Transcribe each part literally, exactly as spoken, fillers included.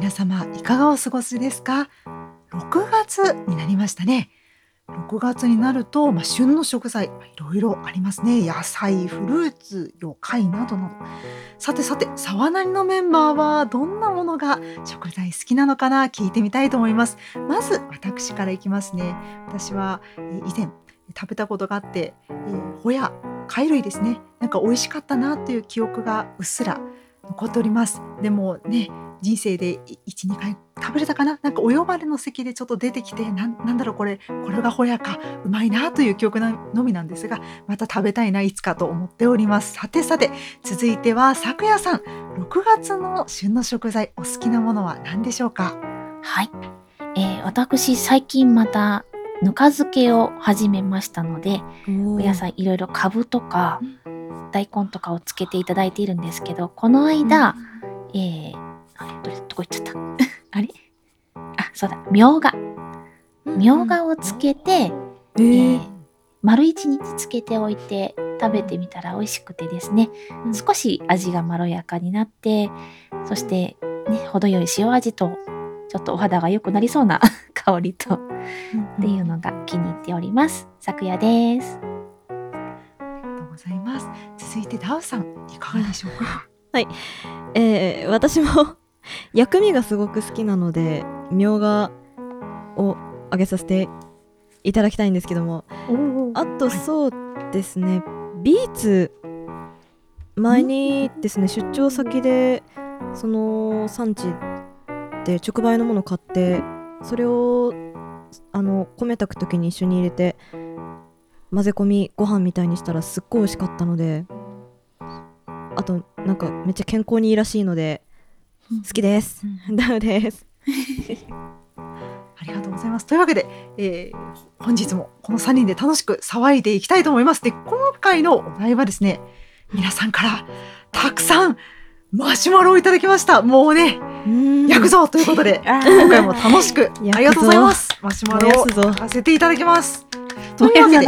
皆様いかがお過ごしですか？ろくがつになりましたね。ろくがつになると、まあ、旬の食材いろいろありますね。野菜、フルーツ、魚介などなど。さてさて、沢なりのメンバーはどんなものが食材好きなのかな、聞いてみたいと思います。まず私からいきますね。私は、えー以前食べたことがあって、えーホヤ、貝類ですね。なんか美味しかったなという記憶がうっすら残っております。でもね、人生でいち、にかい食べれたかな、なんかお呼ばれの席でちょっと出てきて、なんなんだろうこれ、これがホヤか、うまいなという記憶なのみなんですが、また食べたいな、いつかと思っております。さてさて、続いては咲夜さん、ろくがつの旬の食材、お好きなものは何でしょうか？ はい、えー私最近またぬか漬けを始めましたので、お野菜いろいろカブとか大根とかをつけていただいているんですけど、この間、えー、あれどれどこ行っちゃったあれあ、そうだ、みょうがみょうがをつけて、 ええー丸一日つけておいて食べてみたら美味しくてですね、 うん少し味がまろやかになって、そしてね、程よい塩味とちょっとお肌が良くなりそうな香りとっていうのが気に入っております。咲夜です。 ありがとうございます。続いてダウさん、いかがでしょうか？ えー私も薬味がすごく好きなので、みょうがをあげさせていただきたいんですけども、あとそうですね、ビーツ、前にですね、出張先でその産地で直売のものを買って、それをあの米炊く時に一緒に入れて混ぜ込みご飯みたいにしたらすっごい美味しかったので、あとなんかめっちゃ健康にいいらしいので好きです。ダウです。 ありがとうございます。というわけで、えー本日もこのさんにんで楽しく騒いでいきたいと思います。で、今回のお題はですね、皆さんからたくさんマシュマロをいただきました。もうね、焼くぞということで、 あー今回も楽しくありがとうございます。マシュマロを燃やすぞ焼かせていただきます。というわけで、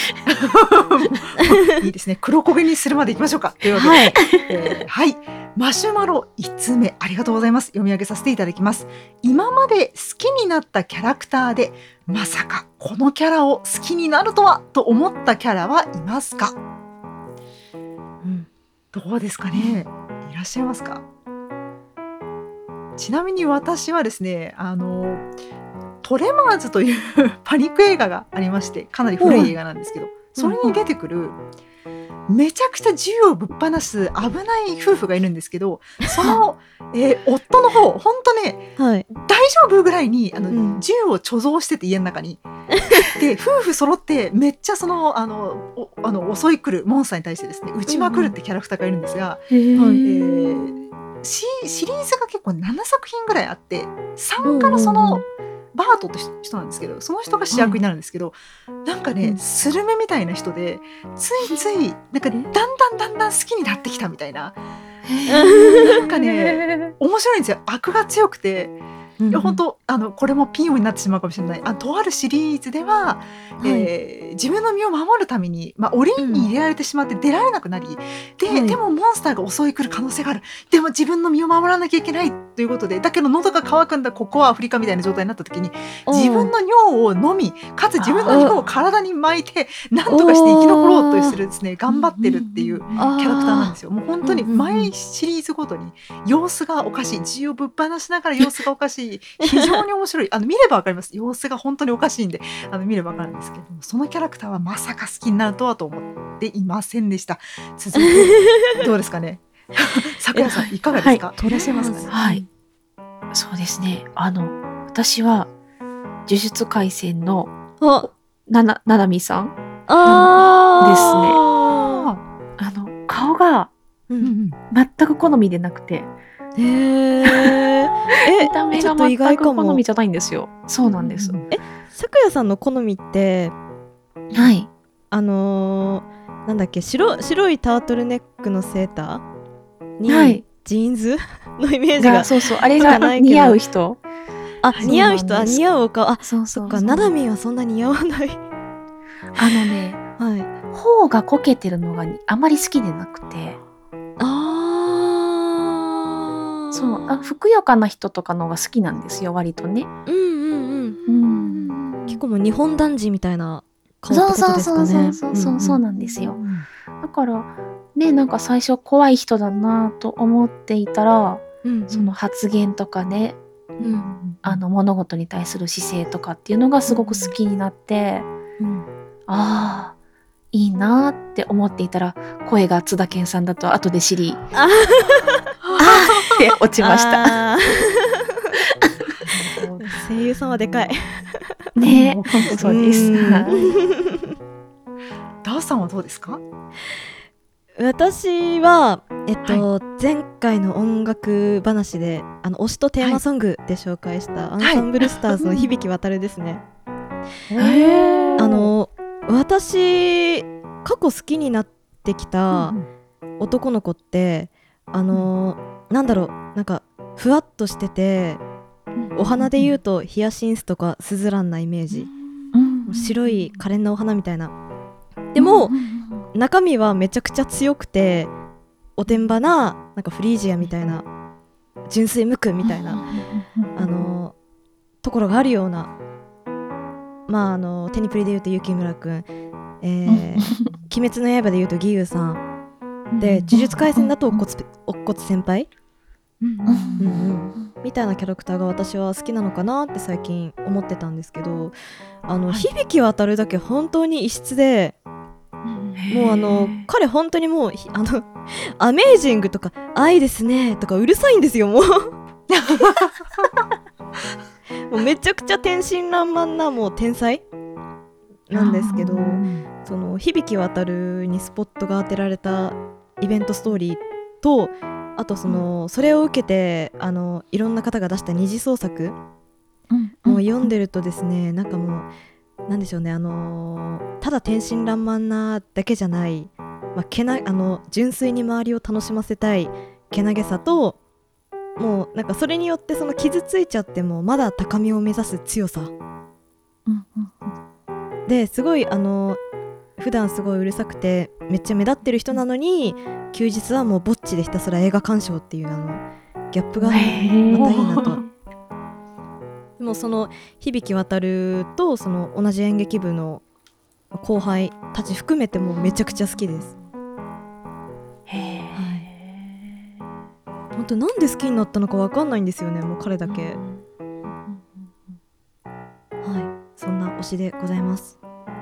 いいですね。黒焦げにするまでいきましょうか。というわけで、 はい、 えーはい、マシュマロいつつめ、ありがとうございます。読み上げさせていただきます。今まで好きになったキャラクターで、まさかこのキャラを好きになるとはと思ったキャラはいますか？ うんどうですかね。いらっしゃいますか？ちなみに私はですね、あのトレマーズというパニック映画がありまして、かなり古い映画なんですけど、それに出てくるめちゃくちゃ銃をぶっ放す危ない夫婦がいるんですけど、その、えー夫の方、本当ね、 はい。 大丈夫ぐらいにあの、 うん銃を貯蔵してて家の中に。で、夫婦揃ってめっちゃそのあのおあの襲い来るモンスターに対してですね、撃ちまくるってキャラクターがいるんですが、 へーはいえーシシリーズが結構ななさく品ぐらいあって、さんからそのバートって人なんですけど、その人が主役になるんですけど、なんかね、 うんスルメみたいな人で、ついついなんかだんだんだんだん好きになってきたみたいな、なんかね面白いんですよ。悪が強くて、いや本当あのこれもピンオになってしまうかもしれない。あとあるシリーズでは、 いえー自分の身を守るために、まあ、檻に入れられてしまって出られなくなり、で、 はいでもモンスターが襲い来る可能性がある。でも自分の身を守らなきゃいけないということで、だけど喉が渇くんだ、ここはアフリカみたいな状態になった時に、自分の尿を飲み、かつ自分の尿を体に巻いてなんとかして生き残ろうとするですね、頑張ってるっていうキャラクターなんですよ。もう本当に毎シリーズごとに様子がおかしい、銃をぶっ放しながら様子がおかしい、非常に面白い。あの見ればわかります。様子が本当におかしいんで、あの見ればわかるんですけども、そのキャラクターはまさか好きになるとはと思っていませんでした。続いてどうですかね。咲夜さんいかがですか？いらっしゃいますかね。 はい、そうですね。あの私は呪術廻戦のあななななみさん、 あああの顔がーうーうんん全く好みでなくて、 へー見た目がちょっと意全く外かも好みじゃないんですよ。そうなんです。 うん咲夜さんの好みってはい。 あのー、なんだっけ、白白いタートルネックのセーターに、 はいジーンズのイメージががそうそう、あれがしかないけど似合う人。 あそう似合う人あなんです似合うお顔あそうそうそう。 そっかななみんはそんなに似合わないあのね、 はい頬がこけてるのがあまり好きでなくて、 あーそうあふくよかな人とかの方が好きなんですよ割とね。 うんうんうんうん結構もう日本男児みたいな顔ってそうことですかね。 そうそうそうそうそうなんですよ。だからねなんか最初怖い人だなと思っていたら、 うんうんその発言とかねうんあの物事に対する姿勢とかっていうのがすごく好きになって、 うんああいいなって思っていたら声が津田健さんだと後で知りああーって落ちましたあー声優さんはでかい。 ねうん本当そうです。 うんはいダーさんはどうですか？ 私は、えっと前回の音楽話であの推しとテーマソングで紹介したアンサンブルスターズの響き渡るですね。 へーあの私過去好きになってきた男の子ってあのなんだろうなんかふわっとしててお花で言うとヒヤシンスとかスズランなイメージ、 うん白い可憐なお花みたいな。でも、 うん中身はめちゃくちゃ強くておてんばななんかフリージアみたいな純粋無垢みたいなあのところがあるような、まああのテニプリで言うと雪村くん、えー鬼滅の刃で言うと義勇さんで、呪術廻戦だと乙骨乙骨先輩うんうんうんみたいなキャラクターが私は好きなのかなって最近思ってたんですけど、あの、 はい響き渡るだけ本当に異質で、もうあの彼本当にもうひあのアメージングとか愛ですねとかうるさいんですよもうもうめちゃくちゃ天真爛漫なもう天才なんですけど、その響き渡るにスポットが当てられたイベントストーリーと、あとそのそれを受けてあのいろんな方が出した二次創作もう読んでるとですね、なんかもうなんでしょうね、あのーただ天真爛漫なだけじゃない、まあ、けなあの純粋に周りを楽しませたいけなげさと、もうなんかそれによってその傷ついちゃってもまだ高みを目指す強さですごいあの普段すごいうるさくてめっちゃ目立ってる人なのに休日はもうぼっちでひたすら映画鑑賞っていうあのギャップがまたいいなと。でもその響き渡るとその同じ演劇部の後輩たち含めてもめちゃくちゃ好きです。 へ本当なんで好きになったのかわかんないんですよね、もう彼だけ。はい、そんな推しでございます。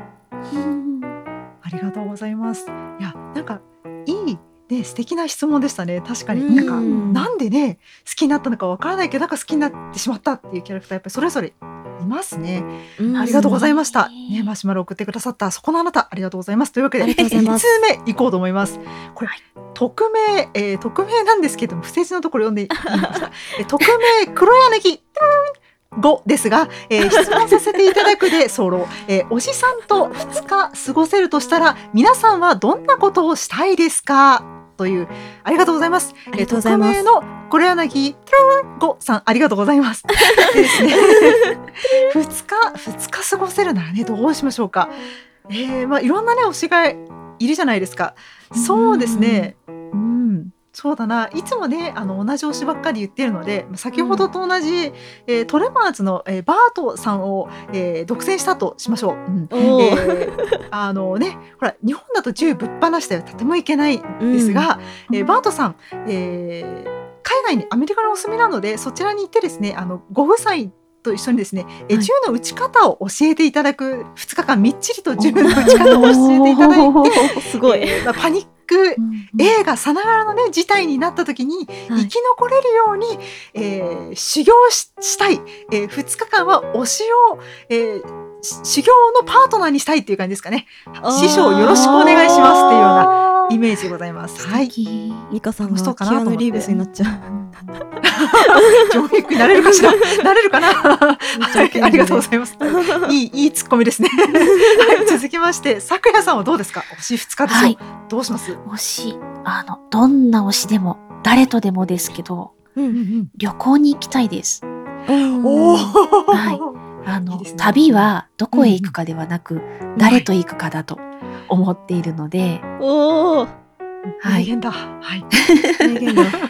ありがとうございます。いや、なんかいいね、素敵な質問でしたね。確かに、 うんなんかなんでね好きになったのかわからないけど、なんか好きになってしまったっていうキャラクターやっぱりそれぞれいますね。 うんありがとうございました。 ねね、マシュマロ送ってくださったそこのあなた、ありがとうございます。というわけでありがとうございますに通目いこうと思います。これ、匿名、えー匿名なんですけども、不正字のところ読んでいいですか。え匿名黒柳ごですが、えー質問させていただくで候、えーおじさんとふつか過ごせるとしたら皆さんはどんなことをしたいですか、という。ありがとうございます。 ありがとうございますえー匿名の黒柳ごさん、ありがとうございます。でですね、ふつかふつか過ごせるならね、どうしましょうか。えーまあ、いろんなね推しがいるじゃないですか。そうですね、うんそうだな、いつもねあの同じ推しばっかり言ってるので、まあ先ほどと同じ、えートレマーズの、えーバートさんを、えー独占したとしましょう。うんおーえーあのね、ほら日本だと銃ぶっ放してはとてもいけないんですが、えーバートさん、えー海外にアメリカにお住みなので、そちらに行ってですね、あのご夫妻と一緒にですね、えーはい銃の撃ち方を教えていただく、ふつかかんみっちりと銃の撃ち方を教えていただいて、 すごい、 えーまあ、パニック映画さながらのね事態になった時にはい生き残れるように、えー修行ししたい、えー、ふつかかんは推しを、えーし修行のパートナーにしたいっていう感じですかね。師匠よろしくお願いしますっていうようなイメージでございます。はい。 ミカさんがそうかキアヌ・なと思ってリーブスになっちゃう。 ジョン・ウィックになれるかしらなれるかなはい、ありがとうございます。いい、いいツッコミですね。はい、続きまして、さくやさんはどうですか。推しふつかでしょう、 はいどうします。 推しあのどんな推しでも誰とでもですけどうん旅行に行きたいです。 おお、 はいあのいいですね旅はどこへ行くかではなく、誰と行くかだと思っているので、 おお、 はい名言だ。はい。 名言だ。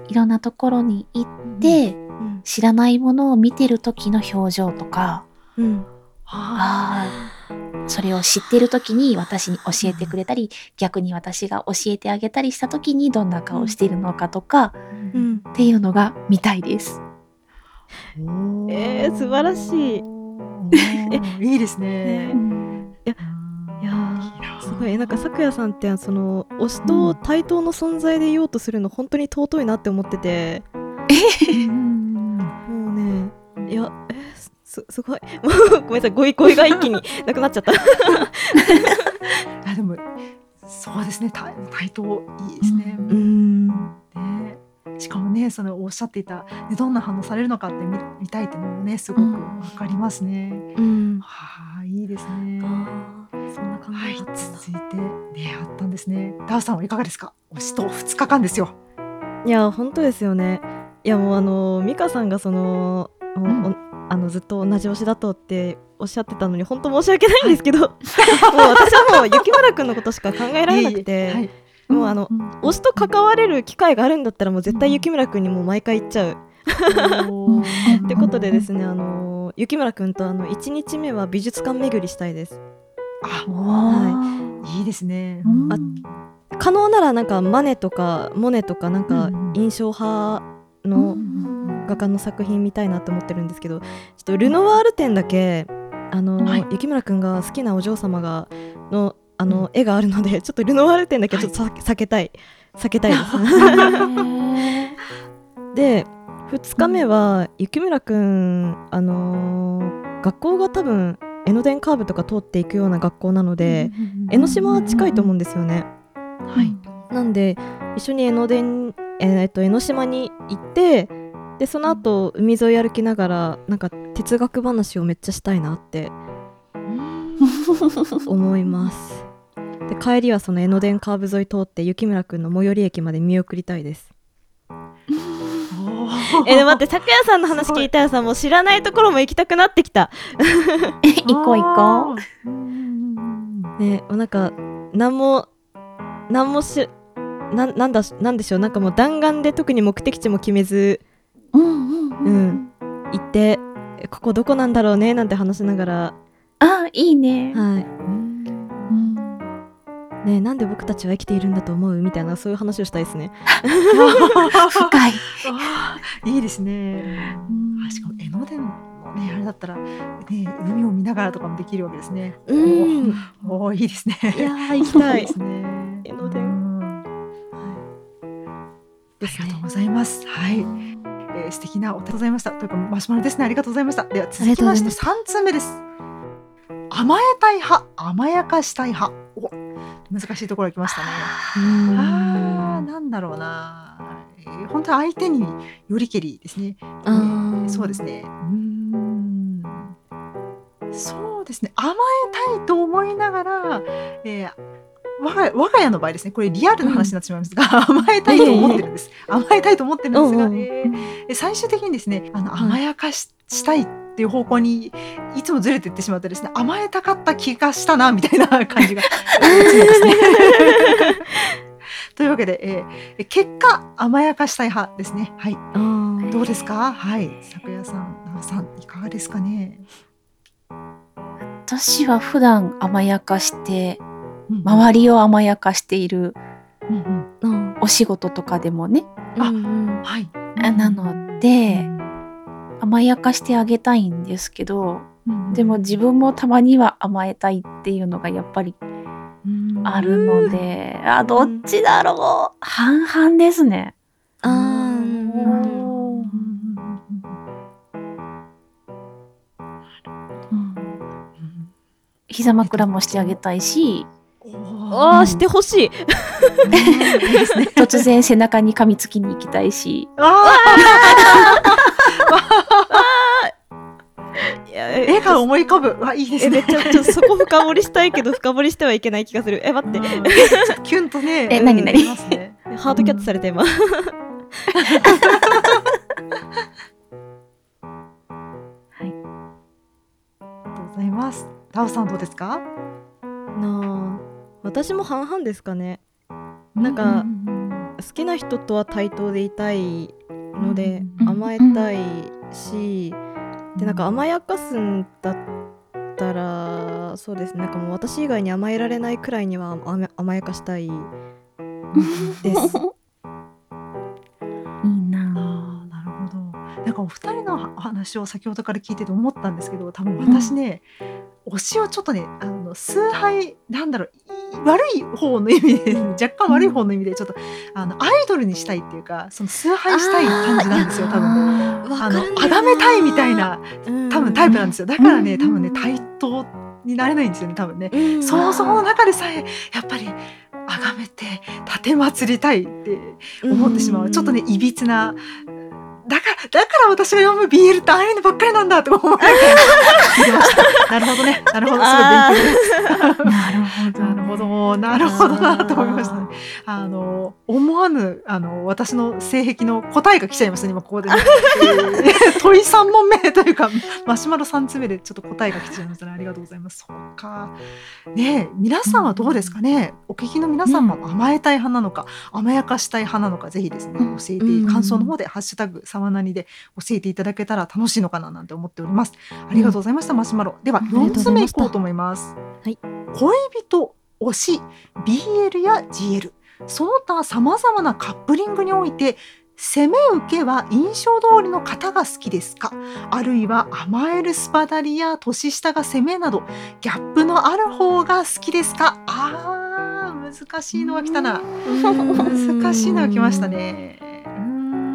いろんなところに行って、 うん知らないものを見てる時の表情とか、 うんあーそれを知ってる時に私に教えてくれたり、逆に私が教えてあげたりした時にどんな顔をしているのかとか、 うんっていうのが見たいです。 えー素晴らしい。 い。いいですね。 うんいやいやーすごいなんか咲夜さんってその推しと対等の存在でいようとするの本当に尊いなって思ってて、もうねいやえーすすごいもうごめんなさい語彙語彙が一気になくなっちゃった。 あでもそうですね、対対等いいですね。 うんね、しかもね、そのおっしゃっていた、ね、どんな反応されるのかって見見たいっていうのもね、すごくわかりますね。 うんはあ、いいですね。 あーそんな考はい、 えだったんだ。 続いてね、あったんですね。ダーさんはいかがですか？推しとふつかかんですよ。 いや本当ですよね。いやもうあの美香さんがそのもう、 うんおあのずっと同じ推しだとっておっしゃってたのに本当申し訳ないんですけど、もう私はもう雪村くんのことしか考えられなくて、 いえいえはい、 もうあの、 うん推しと関われる機会があるんだったらもう絶対雪村くんにもう毎回行っちゃう。 おーってことでですね、あの雪村くんとあのいちにちめは美術館巡りしたいです。 あ、 はいいいですね。 うんあ可能ならなんかマネとかモネとかなんかうんうん印象派うのん画家の作品見たいなと思ってるんですけど、ちょっとルノワール展だけあの、 はい雪村くんが好きなお嬢様がのあの絵があるのでちょっとルノワール展だけちょっとさ、避けたい避けたいですへでふつかめは雪村くんあのー学校が多分江ノ電カーブとか通っていくような学校なので江ノ島は近いと思うんですよね。 はい。 なんで一緒に江ノ電、えーっと江ノ島に行ってでその後海沿い歩きながらなんか哲学話をめっちゃしたいなって思います。で帰りはその江ノ電カーブ沿い通って雪村くんの最寄り駅まで見送りたいです。えでも待って咲夜さんの話聞いたらさもう知らないところも行きたくなってきた。 行こう行こう。うんねなんか何も何もしななんだなんでしょうなんかもう弾丸で特に目的地も決めずう。うんうんううんん行ってえここどこなんだろうねなんて話しながらあ、いいね。 はうんいねなんで僕たちは生きているんだと思うみたいなそういう話をしたいですね。 深い。 あーいいですね。あしかも江ノ電のねあれだったらね海を見ながらとかもできるわけですね。 うんおおーいいですね。 いやー行きたいいいですね。 江ノ電うんですねありがとうございます。はい、えー、素敵なお手ございました。というかマシュマロですね。ありがとうございました。では続きまして三通目です。甘えたい派、甘やかしたい派。お難しいところが来ましたね。 うんあーなんだろうな、えー本当に相手によりけりですね。 あえーーそうですね。うーんそうですね。甘えたいと思いながら、えー我が我が家の場合ですね、これリアルな話になってしまいますが、甘えたいと思ってるんです。甘えたいと思ってるんですが、 うんうんえー最終的にですね、あの甘やかし,、したいっていう方向にいつもずれていってしまってですね、甘えたかった気がしたなみたいな感じが常ですね。というわけで、えー結果甘やかしたい派ですね。はい。 あーどうですか？はい。咲夜さん、長さんいかがですかね？ 私は普段甘やかして、 うん周りを甘やかしているうんうんうんお仕事とかでもね。 あうんうんはい。 あなので、甘やかしてあげたいんですけど、でも自分もたまには甘えたいっていうのがやっぱりあるので、あ、どっちだろう。半々ですね。 あーうんうん膝枕もしてあげたいし、 あーしてほしい。 突然背中に噛みつきに行きたいし、 いや絵が思い浮かぶ。わいいですね。 えめっちゃちょっとそこ深掘りしたいけど深掘りしてはいけない気がする。え待ってうんちょっとキュンとね。 え何何うんますねハードキャットされた今。 ありがとうございます。タオさんどうですか？ なあ私も半々ですかね。なんかうん好きな人とは対等でいたいので、 うん甘えたいし、でなんか甘やかすんだったらそうですね、なんかもう私以外に甘えられないくらいには甘甘やかしたいですいいなあーなるほど。なんかお二人のお話を先ほどから聞いてて思ったんですけど、多分私ね、推しをちょっとね、あの崇拝なんだろう、い悪い方の意味で若干悪い方の意味でちょっとあのアイドルにしたいっていうか、その崇拝したい感じなんですよ。多分あわあのかるんだよな崇めたいみたいな多分タイプなんですよ。だからね、 うん多分ね対等になれないんですよね。多分ね。 うん想像の中でさえやっぱり崇めて立て祭りたいって思ってしまう、 うんちょっとねいびつな、だからだから私が読む ビーエル ってああいうのばっかりなんだとか思いながら聞いてました。なるほどね、なるほど、すごい勉強です。 なるほどなるほど、なるほどなと思いましたね。あの思わぬあの私の性癖の答えが来ちゃいましたね、今ここでね。えー問いさん問目というかマシュマロさんつめでちょっと答えが来ちゃいましたね。ありがとうございます。そうか。ねえ、皆さんはどうですかね。お聞きの皆さんも甘えたい派なのか、甘やかしたい派なのか、ぜひですね、 うん教えて、感想の方でハッシュタグさわなにで教えていただけたら楽しいのかななんて思っております。ありがとうございました、マシュマロ。ではありがとうよんつめいございましたこうと思います。 はい恋人、推し、ビーエル や ジーエル、その他さまざまなカップリングにおいて攻め受けは印象通りの方が好きですか、あるいは甘えるスパダリや年下が攻めなどギャップのある方が好きですか。あー難しいのが来たな。難しいのが来ましたね。うー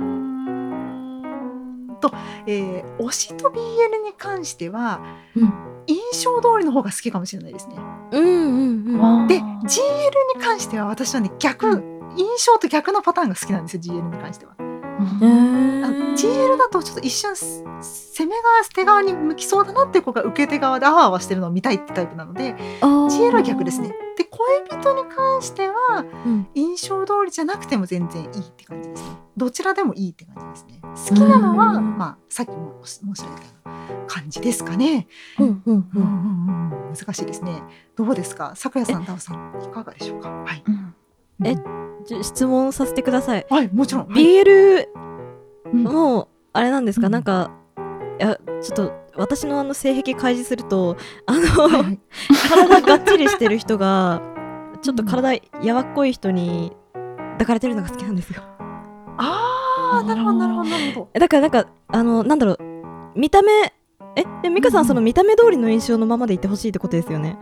んと、えー推しと ビーエル に関してはうん印象通りの方が好きかもしれないですね。 うんうんうんわーで ジーエル に関しては私はね逆、印象と逆のパターンが好きなんですよ。 ジーエル に関してはうんあの ジーエル だとちょっと一瞬す攻め側手側に向きそうだなっていう子が受け手側であわあわしてるのを見たいってタイプなので ジーエル は逆ですね。で恋人に関してはうん印象通りじゃなくても全然いいって感じですね。どちらでもいいって感じですね。好きなのは、 うんまあ、さっきも申し上げたような感じですかね。 うんうんうんうんうん、難しいですね。どうですか、咲夜さん、ダオさん、いかがでしょうか。はい。 うんえちょ質問させてください。 はい、もちろん。はいビーエルうんもあれなんですか、 うんなんかいやちょっと私のあの性癖開示するとあの、 はいはい体がっちりしてる人がちょっと体やわっこい人に抱かれてるのが好きなんですよ。 ああ、なるほど、なるほど、なるほど。 だからなんかあのなんだろう見た目えで美香さん、 うんその見た目通りの印象のままでいてほしいってことですよね。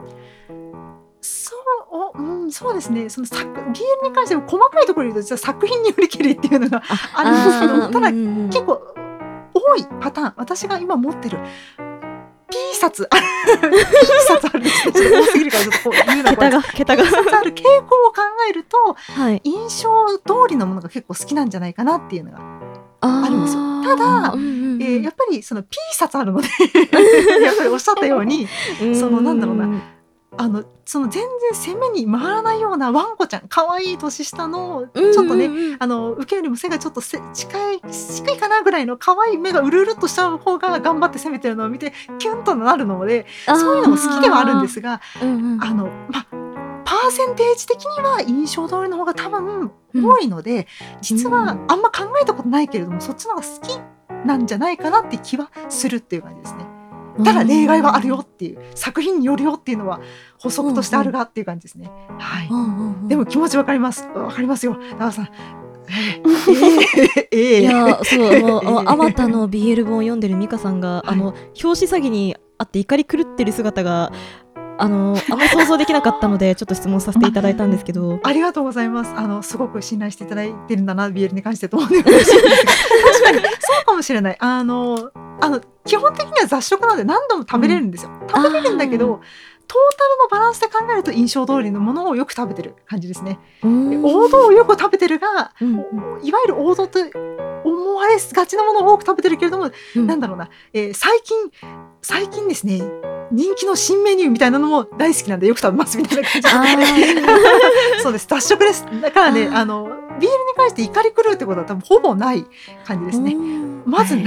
そう、お、うん、そうですね。その作 ビーエル に関しても細かいところで言うと、実は作品によりけりっていうのがあるんですけど、ただ、 うんうんうん結構多いパターン、私が今持ってる P 札ある P 札あるんですね。ちょっと多すぎるからちょっとこう言うのは怖い桁が桁が P 札ある傾向を考えるとはい印象通りのものが結構好きなんじゃないかなっていうのが、 ああるんですよ。ただうんうんうんえーやっぱりその P 札あるのでやっぱりおっしゃったようにそのなんだろうなあのその全然攻めに回らないようなワンコちゃん、可愛い年下のちょっとね、 うんうんうんあの受けよりも背がちょっとせ近い低いかなぐらいの可愛い目がうるうるっとしちゃう方が頑張って攻めてるのを見てキュンとなるので、そういうのも好きではあるんですが、 うんうんあのまパーセンテージ的には印象通りの方が多分多いので、実はあんま考えたことないけれども、そっちの方が好きなんじゃないかなって気はするっていう感じですね。ただ例外はあるよっていう、作品によるよっていうのは補足としてあるがっていう感じですね。はい。 うんうんうんでも気持ちわかります。わかりますよ、ダワさん。えー、えー、えーいやそうもうえーあまたの ビーエル 本を読んでる美香さんが、 はいあの表紙詐欺にあって怒り狂ってる姿があのあんまり想像できなかったのでちょっと質問させていただいたんですけどありがとうございます。あのすごく信頼していただいてるんだな、ビーエル に関してと思って嬉しいんですが、確かにそうかもしれない。あのあの基本的には雑食なので何度も食べれるんですよ。食べれるんだけど、トータルのバランスで考えると印象通りのものをよく食べてる感じですね。で王道をよく食べてるが、 うんいわゆる王道と思われがちなものを多く食べてるけれども、 うんなんだろうな、えー最近最近ですね、人気の新メニューみたいなのも大好きなんでよく食べますみたいな感じあそうです、雑食です。だからね、 あーあの ビーエル に関して怒り狂うってことは多分ほぼない感じですね。まずない。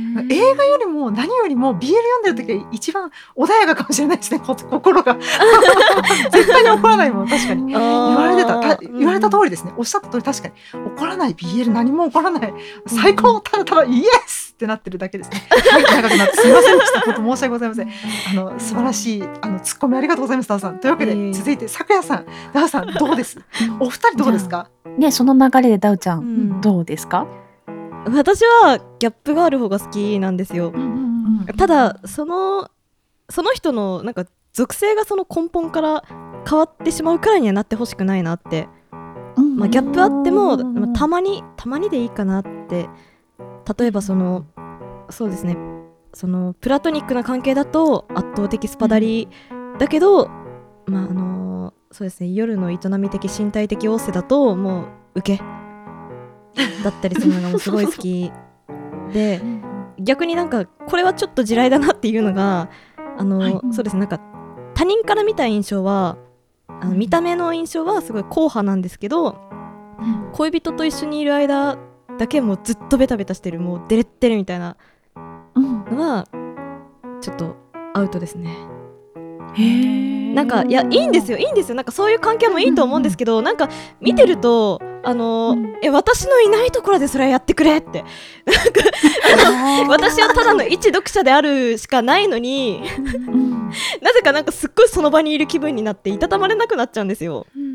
映画よりも何よりも ビーエル 読んでる時が一番穏やかかもしれないですね、こ心が絶対に怒らないもん。確かに言われてたた言われた通りですね、おっしゃった通り、確かに怒らない ビーエル 何も起こらない、最高、ただただイエスってなってるだけですね。はい、長くなってすみませんでした。本当申し訳ございません。あの素晴らしいあのツッコミありがとうございます、ダウさん。というわけで、 えー続いて咲夜さん、ダウさんどうです？お二人どうですか？ ね、その流れでダウちゃん、 うんどうですか？ 私はギャップがある方が好きなんですよ。ただそのその人のなんか属性がその根本から変わってしまうくらいにはなってほしくないなって、まあ、ギャップあっても、まあ、たまにたまにでいいかなって。例えばそのそうですね、そのプラトニックな関係だと圧倒的スパダリだけど、まああのそうですね、夜の営み的身体的オーセだともう受けだったりするのがもうすごい好きで、逆になんかこれはちょっと地雷だなっていうのが、あの、はい、そうですね、なんか他人から見た印象は、あの見た目の印象はすごい硬派なんですけど、うん、恋人と一緒にいる間だけもうずっとベタベタしてる、もうデレッデレみたいなのはちょっとアウトですね。へー、なんかいやいいんですよいいんですよ、なんかそういう関係もいいと思うんですけど、うん、なんか見てると、あの、うん、え私のいないところでそれはやってくれってなんか私はただの一読者であるしかないのに、うん、なぜかなんかすっごいその場にいる気分になっていたたまれなくなっちゃうんですよ。うん、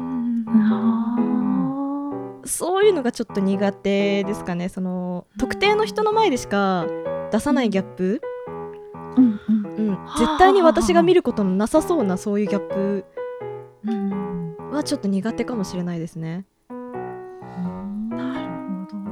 そういうのがちょっと苦手ですかね。その特定の人の前でしか出さないギャップ、うんうんうん、絶対に私が見ることのなさそうなそういうギャップはちょっと苦手かもしれないですね。なるほど、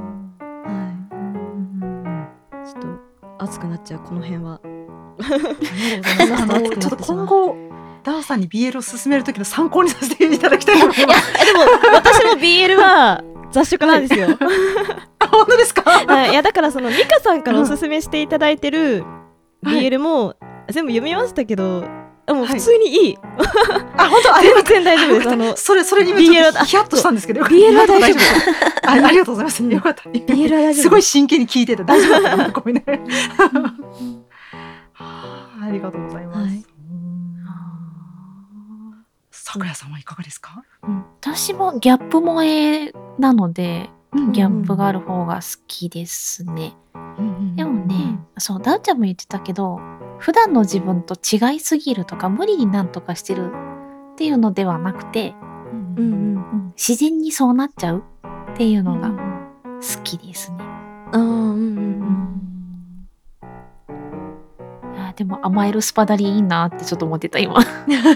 はい、ちょっと熱くなっちゃうこの辺はあのちょっと今後ダウさんに ビーエル を進める時の参考にさせていただきたいと思います。 いやでも私も ビーエル は雑食なんですよ、はい、 本当ですか？ はい、いやだからそのミカさんからおすすめしていただいてる ビーエル も全部読みましたけど、もう普通にいい、はい、あ本当全然大丈夫です。あのそれそれ今ちょっとヒヤッとしたんですけど、 ビーエル は大丈夫あ, ありがとうございます。よかった。 ビーエル は大丈夫、すごい真剣に聞いてた。大丈夫だったごめんねありがとうございます、はい、咲夜さんはいかがですか？ うん、私もギャップ萌えなので、うんうん、ギャップがある方が好きですね、うんうん、でもね、うん、そうダウちゃんも言ってたけど、普段の自分と違いすぎるとか無理になんとかしてるっていうのではなくて、うんうんうん、自然にそうなっちゃうっていうのが好きですね、うんうんうんうん、あでも甘えるスパダリいいなってちょっと思ってた今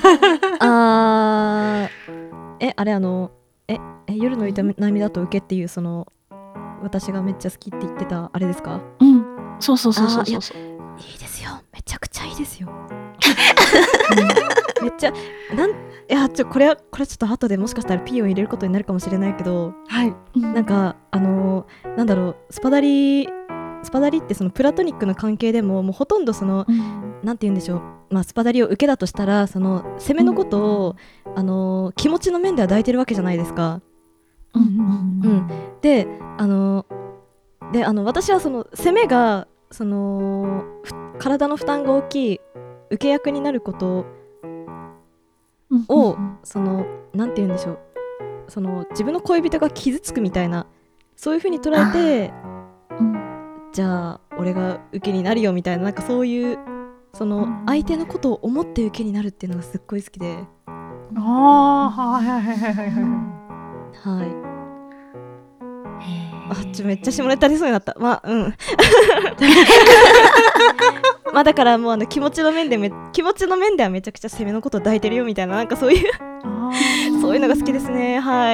あえあれあのええ夜の営みだと受けっていうその私がめっちゃ好きって言ってたあれですか？ うんそうそうそうそうそうそう、 いいですよ、めちゃくちゃいいですよ、うん、めっちゃなんいやちょこれはこれちょっと後でもしかしたら P を入れることになるかもしれないけど、はい、なんかあのー、なんだろうスパダリスパダリってそのプラトニックな関係でももうほとんどその、うん、なんて言うんでしょう、まあ、スパダリを受けだとしたらその攻めのことを、うん、あのー、気持ちの面では抱いてるわけじゃないですか、うんうんうん、であのであの私はその攻めがその体の負担が大きい受け役になることを、うんうんうん、そのなんて言うんでしょう、その自分の恋人が傷つくみたいなそういう風に捉えて、うん、じゃあ俺が受けになるよみたいな、なんかそういうその相手のことを思って受けになるっていうのがすっごい好きで、ああはいはいはいはいはいはいあちょめっちゃ下ネタ出そうになった。まあうんまあだからもうあの気持ちの面でめ気持ちの面ではめちゃくちゃ攻めのことを抱いてるよみたいな、なんかそういうそういうのが好きですね。はい。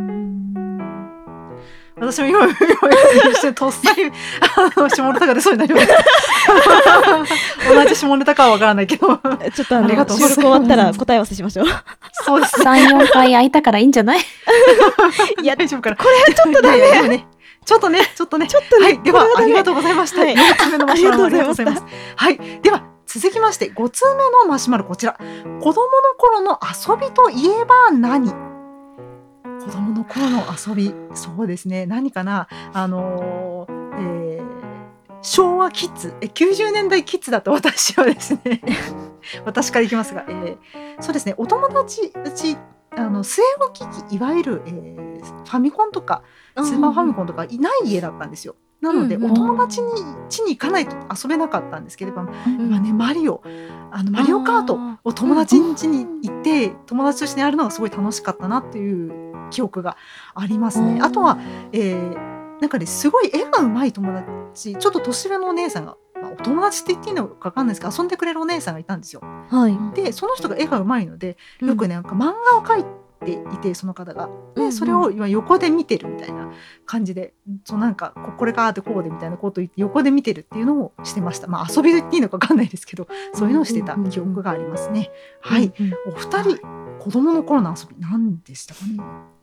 私も今今とっさにあの下ネタが出そうになりました同じ下ネタかはわからないけどちょっとあの収録終わったら答え合わせしましょうそうです、ね、 さんよんかい空いたからいいんじゃないいや大丈夫かな、 これはちょっとだねねちょっとねちょっとねちょっとね、 はい、ではありがとうございました、はい、よっつめのマシュマロありがとうございます。はい、では続きましてごつめのマシュマロ、こちら。子供の頃の遊びといえば何？子供の頃の遊び、そうですね、何かな、あのーえー、 昭和キッズ、えきゅうじゅうねんだいキッズだと私はですね私からいきますが、えーそうですね、お友達うちあの据え置き機、いわゆる、えーファミコンとかスーパーファミコンとかいない家だったんですよ。なので、 うんうんお友達に家に行かないと遊べなかったんですけれども、 うんまあね、マリオあのマリオカートを友達ん家に行って友達と一緒にやるのがすごい楽しかったなっていう記憶がありますね。あとは、えーなんかね、すごい絵が上手い友達、ちょっと年上のお姉さんが、まあ、お友達って言っていいのか分かんないですけど遊んでくれるお姉さんがいたんですよ。 はい。 でその人が絵が上手いのでよくねなんか漫画を描いていて、その方がうんうんでそれを今横で見てるみたいな感じで、そうなんかここれかってこうでみたいなことを言って横で見てるっていうのをしてました。まあ遊びで言っていいのか分かんないですけど、そういうのをしてた記憶がありますね。はい、 うんお二人子供の頃の遊び何でしたかね。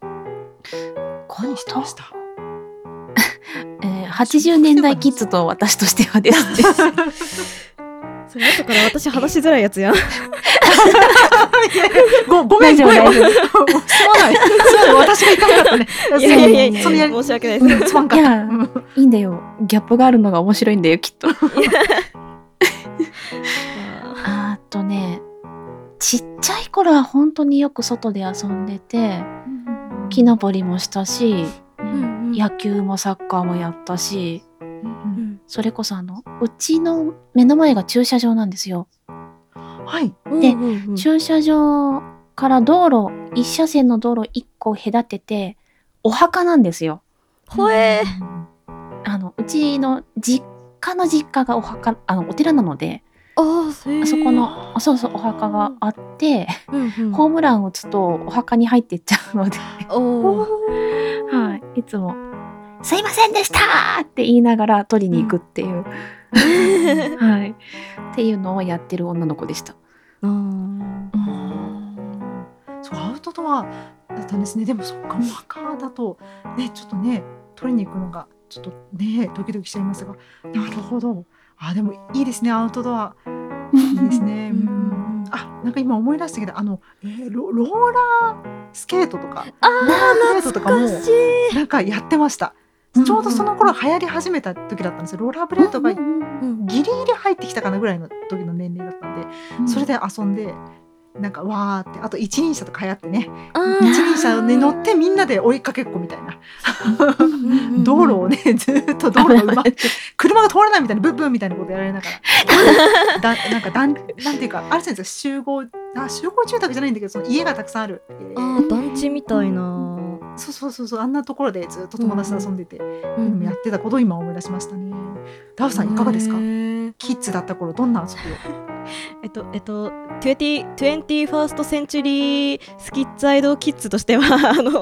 何してましたえーはちじゅうねんだいキッズと私としてはですねそれ後から私話しづらいやつやん。 ごごめんごめん大丈夫大丈夫すまないすまない私が行かなかったね。 いやいやいやいやそのやり申し訳ないです。 うんすまんかった。 いやうんいいんだよ、ギャップがあるのが面白いんだよきっと。あーとね、ちっちゃい頃は本当によく外で遊んでて、木登りもしたし、 うん野球もサッカーもやったし、 うんそれこそあのうちの目の前が駐車場なんですよ。 はい。 でうんうんうん駐車場から道路一車線の道路一個隔ててお墓なんですよ。 ほえあのうちの実家の実家がお墓、あのお寺なので、 あー、 あそこのあそうそうお墓があって、 うんうんホームラン打つとお墓に入っていっちゃうので、 おーはい、いつも「すいませんでした!」って言いながら取りに行くっていう、はい、っていうのをやってる女の子でした。 あーそうアウトドアだったんですね。でもそっかお墓だとねちょっとね取りに行くのがちょっとねドキドキしちゃいますが、なるほど。あでもいいですねアウトドアいいですね。 うんうんあなんか今思い出したけどあの、えーロローラースケートとかあローラーブレードとかも懐かしい。 なんかやってました。ちょうどその頃流行り始めた時だったんですよ。ローラーブレードがうんギリギリ入ってきたかなぐらいの時の年齢だったんで、それで遊んでなんかわーってあと一輪車とか流行ってねあ一輪車に乗ってみんなで追いかけっこみたいなー道路をねずーっと道路を埋まって車が通れないみたいなブンブンみたいなことやられながらだなんかだんなんていうかあるじゃないですか集合あ集合住宅じゃないんだけどその家がたくさんある、えーあー団地みたいな。 そうそうそうそうあんなところでずっと友達と遊んでて、 うんやってたことを今思い出しましたね。ダウさんいかがですかへーキッズだった頃どんな遊びをえっとえっとトゥエンティトゥエンティファーストセンチュリースキッズアイドキッズとしてはあの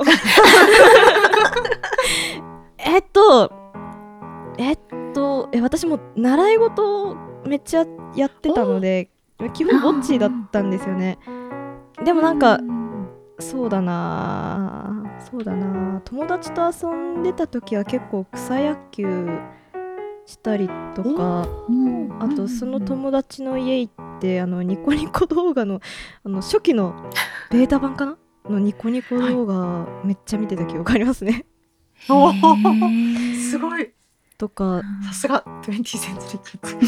えっとえっとえ私も習い事をめっちゃやってたので基本ぼっちだったんですよね。でもなんかそうだなそうだな友達と遊んでた時は結構草野球したりとか、あとその友達の家行ってあのニコニコ動画のあの初期のベータ版かなのニコニコ動画めっちゃ見てた記憶ありますね。 おへーすごいとかさすがトゥエンティセンチュリーキッズト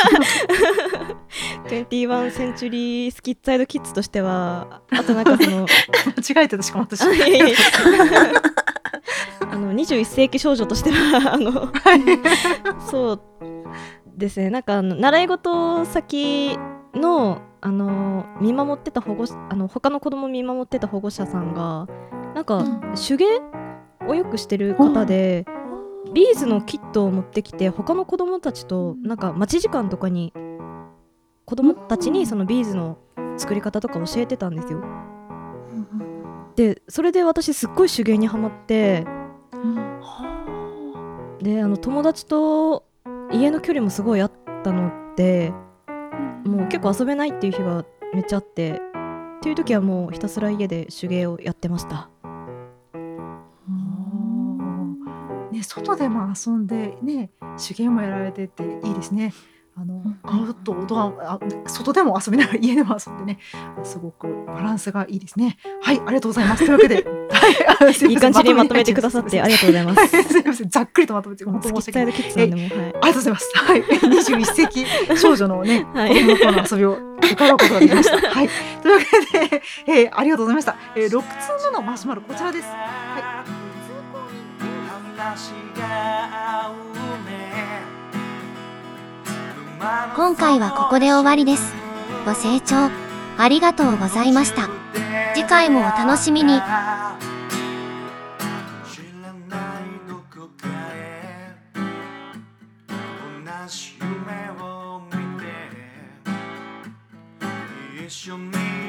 ゥエンティワンセンチュリースキッズアイドキッズとしてはあとなんかその間違えてたしかも私あいやいやいやあのにじゅういっ世紀少女としてはあのそうですねなんかあの習い事先のあの見守ってた保護あの他の子供を見守ってた保護者さんがなんか手芸をよくしてる方で、ビーズのキットを持ってきて他の子供たちとなんか待ち時間とかに子供たちにそのビーズの作り方とか教えてたんですよ。でそれで私すっごい手芸にハマってであの友達と家の距離もすごいあったのでもう結構遊べないっていう日がめっちゃあってっていう時はもうひたすら家で手芸をやってました。 ね、外でも遊んでね手芸もやられてていいですね。ああの、 うんアウトドア、あ、外でも遊びながら家でも遊んでね、すごくバランスがいいですね。はい、ありがとうございます。というわけで、はい、あのすいいません感じにまとめてくださってありがとうございます。 はい、すみません、ざっくりとまとめて本当申し訳ない。 スキッチャードキッズなんでもう、はい。 ありがとうございます。はい、にじゅういっ世紀少女のね、 はい子供の頃の遊びを伺うことができました。はい、というわけで、えーありがとうございました。えー、ろくつうめのマシュマロこちらです。はい。 今回はここで終わりです。ご清聴ありがとうございました。次回もお楽しみに。 知らないどこかへ同じ夢を見て一緒に